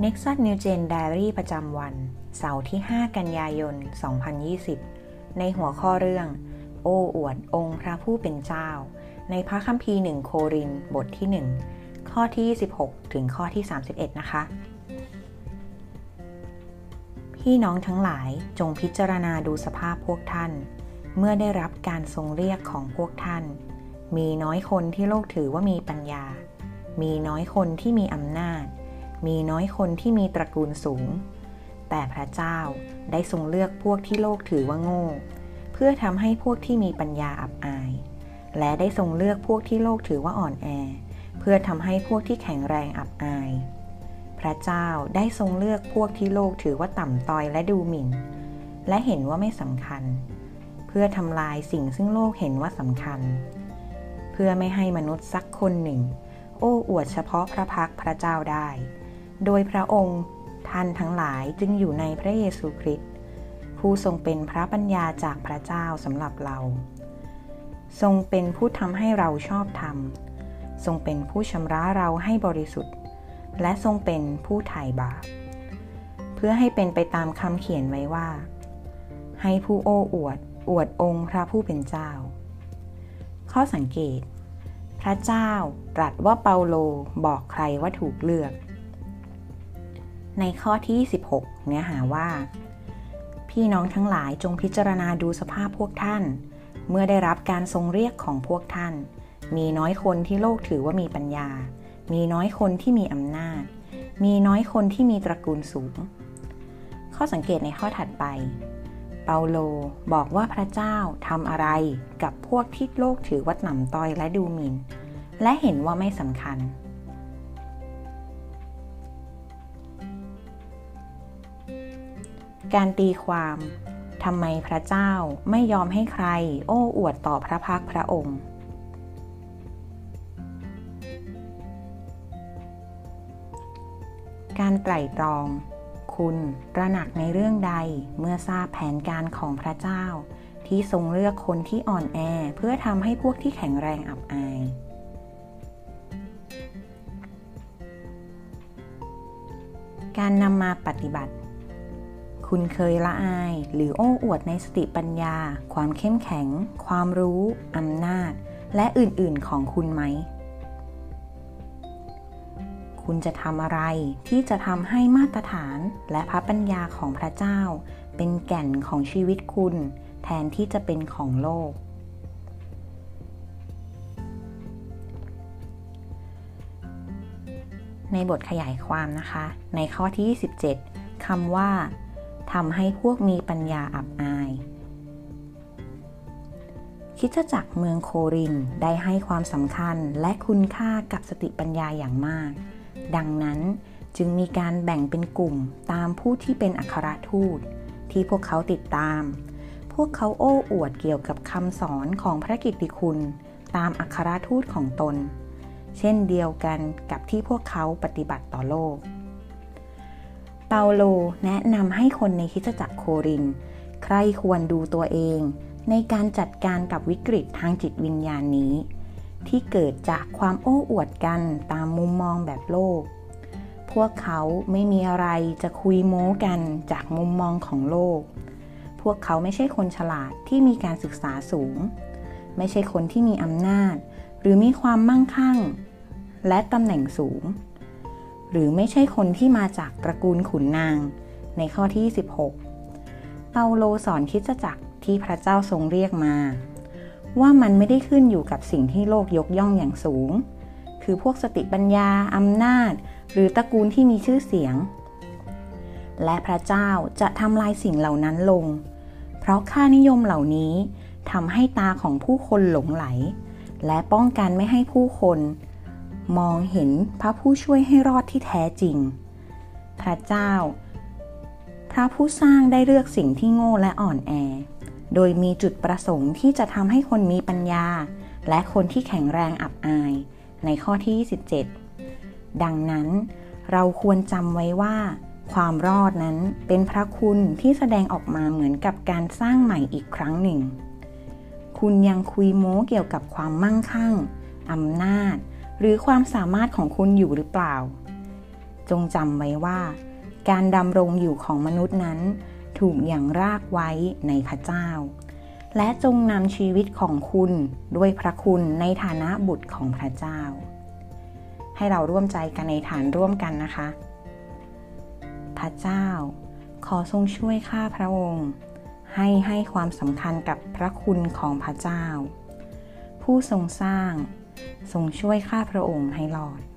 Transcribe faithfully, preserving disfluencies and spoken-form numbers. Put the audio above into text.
Nexus New Gen Diary ประจำวันเสาร์ที่ห้ากันยายนสองพันยี่สิบในหัวข้อเรื่องโอ้อวดองค์พระผู้เป็นเจ้าในพระคัมภีร์หนึ่งโครินธ์บทที่หนึ่งข้อที่สิบหกถึงข้อที่สามสิบเอ็ดนะคะพี่น้องทั้งหลายจงพิจารณาดูสภาพพวกท่านเมื่อได้รับการทรงเรียกของพวกท่านมีน้อยคนที่โลกถือว่ามีปัญญามีน้อยคนที่มีอำนาจมีน้อยคนที่มีตระกูลสูงแต่พระเจ้าได้ทรงเลือกพวกที่โลกถือว่าโง่เพื่อทำให้พวกที่มีปัญญาอับอายและได้ทรงเลือกพวกที่โลกถือว่าอ่อนแอเพื่อทำให้พวกที่แข็งแรงอับอายพระเจ้าได้ทรงเลือกพวกที่โลกถือว่าต่ำต้อยและดูหมิ่นและเห็นว่าไม่สำคัญเพื่อทำลายสิ่งซึ่งโลกเห็นว่าสำคัญเพื่อไม่ให้มนุษย์สักคนหนึ่งโอ้อวดเฉพาะพระพักพระเจ้าได้โดยพระองค์ท่านทั้งหลายจึงอยู่ในพระเยซูคริสต์ผู้ทรงเป็นพระปัญญาจากพระเจ้าสำหรับเราทรงเป็นผู้ทำให้เราชอบธรรมทรงเป็นผู้ชำระเราให้บริสุทธิ์และทรงเป็นผู้ไถ่บาปเพื่อให้เป็นไปตามคำเขียนไว้ว่าให้ผู้โอ้อวดอวดองค์พระผู้เป็นเจ้าข้อสังเกตพระเจ้าตรัสว่าเปาโลบอกใครว่าถูกเลือกในข้อที่สิบหกเนื้อหาว่าพี่น้องทั้งหลายจงพิจารณาดูสภาพพวกท่านเมื่อได้รับการทรงเรียกของพวกท่านมีน้อยคนที่โลกถือว่ามีปัญญามีน้อยคนที่มีอำนาจมีน้อยคนที่มีตระกูลสูงข้อสังเกตในข้อถัดไปเปาโลบอกว่าพระเจ้าทำอะไรกับพวกที่โลกถือว่าต่ำต้อยและดูหมิ่นและเห็นว่าไม่สำคัญการตีความทำไมพระเจ้าไม่ยอมให้ใครโอ้อวดต่อพระพักพระองค์การไตร่ตรองคุณตระหนักในเรื่องใดเมื่อทราบแผนการของพระเจ้าที่ทรงเลือกคนที่อ่อนแอเพื่อทำให้พวกที่แข็งแรงอับอายการนำมาปฏิบัติคุณเคยละอายหรือโอ้อวดในสติปัญญาความเข้มแข็งความรู้อำนาจและอื่นๆของคุณไหมคุณจะทำอะไรที่จะทำให้มาตรฐานและพระปัญญาของพระเจ้าเป็นแก่นของชีวิตคุณแทนที่จะเป็นของโลกในบทขยายความนะคะในข้อที่ยี่สิบเจ็ดคำว่าทำให้พวกมีปัญญาอับอายคริสตจักรเมืองโครินธ์ได้ให้ความสำคัญและคุณค่ากับสติปัญญาอย่างมากดังนั้นจึงมีการแบ่งเป็นกลุ่มตามผู้ที่เป็นอัครทูตที่พวกเขาติดตามพวกเขาโอ้อวดเกี่ยวกับคำสอนของพระกิตติคุณตามอัครทูตของตนเช่นเดียวกันกับที่พวกเขาปฏิบัติต่อโลกเปาโลแนะนำให้คนในคริสตจักรโครินธ์ใคร่ควรดูตัวเองในการจัดการกับวิกฤตทางจิตวิญญาณนี้ที่เกิดจากความโอ้อวดกันตามมุมมองแบบโลกพวกเขาไม่มีอะไรจะคุยโม้กันจากมุมมองของโลกพวกเขาไม่ใช่คนฉลาดที่มีการศึกษาสูงไม่ใช่คนที่มีอำนาจหรือมีความมั่งคั่งและตำแหน่งสูงหรือไม่ใช่คนที่มาจากตระกูลขุนนางในข้อที่สิบหกเปาโลสอนคริสตจักรที่พระเจ้าทรงเรียกมาว่ามันไม่ได้ขึ้นอยู่กับสิ่งที่โลกยกย่องอย่างสูงคือพวกสติปัญญาอำนาจหรือตระกูลที่มีชื่อเสียงและพระเจ้าจะทำลายสิ่งเหล่านั้นลงเพราะค่านิยมเหล่านี้ทำให้ตาของผู้คนหลงไหลและป้องกันไม่ให้ผู้คนมองเห็นพระผู้ช่วยให้รอดที่แท้จริงพระเจ้าพระผู้สร้างได้เลือกสิ่งที่โง่และอ่อนแอโดยมีจุดประสงค์ที่จะทำให้คนมีปัญญาและคนที่แข็งแรงอับอายในข้อที่ยี่สิบเจ็ดดังนั้นเราควรจำไว้ว่าความรอดนั้นเป็นพระคุณที่แสดงออกมาเหมือนกับการสร้างใหม่อีกครั้งหนึ่งคุณยังคุยโม้เกี่ยวกับความมั่งคั่งอำนาจหรือความสามารถของคุณอยู่หรือเปล่าจงจำไว้ว่าการดำรงอยู่ของมนุษย์นั้นถูกหยั่งรากไว้ในพระเจ้าและจงนำชีวิตของคุณด้วยพระคุณในฐานะบุตรของพระเจ้าให้เราร่วมใจกันในฐานร่วมกันนะคะพระเจ้าขอทรงช่วยข้าพระองค์ให้ให้ความสำคัญกับพระคุณของพระเจ้าผู้ทรงสร้างทรงช่วยข้าพระองค์ให้รอด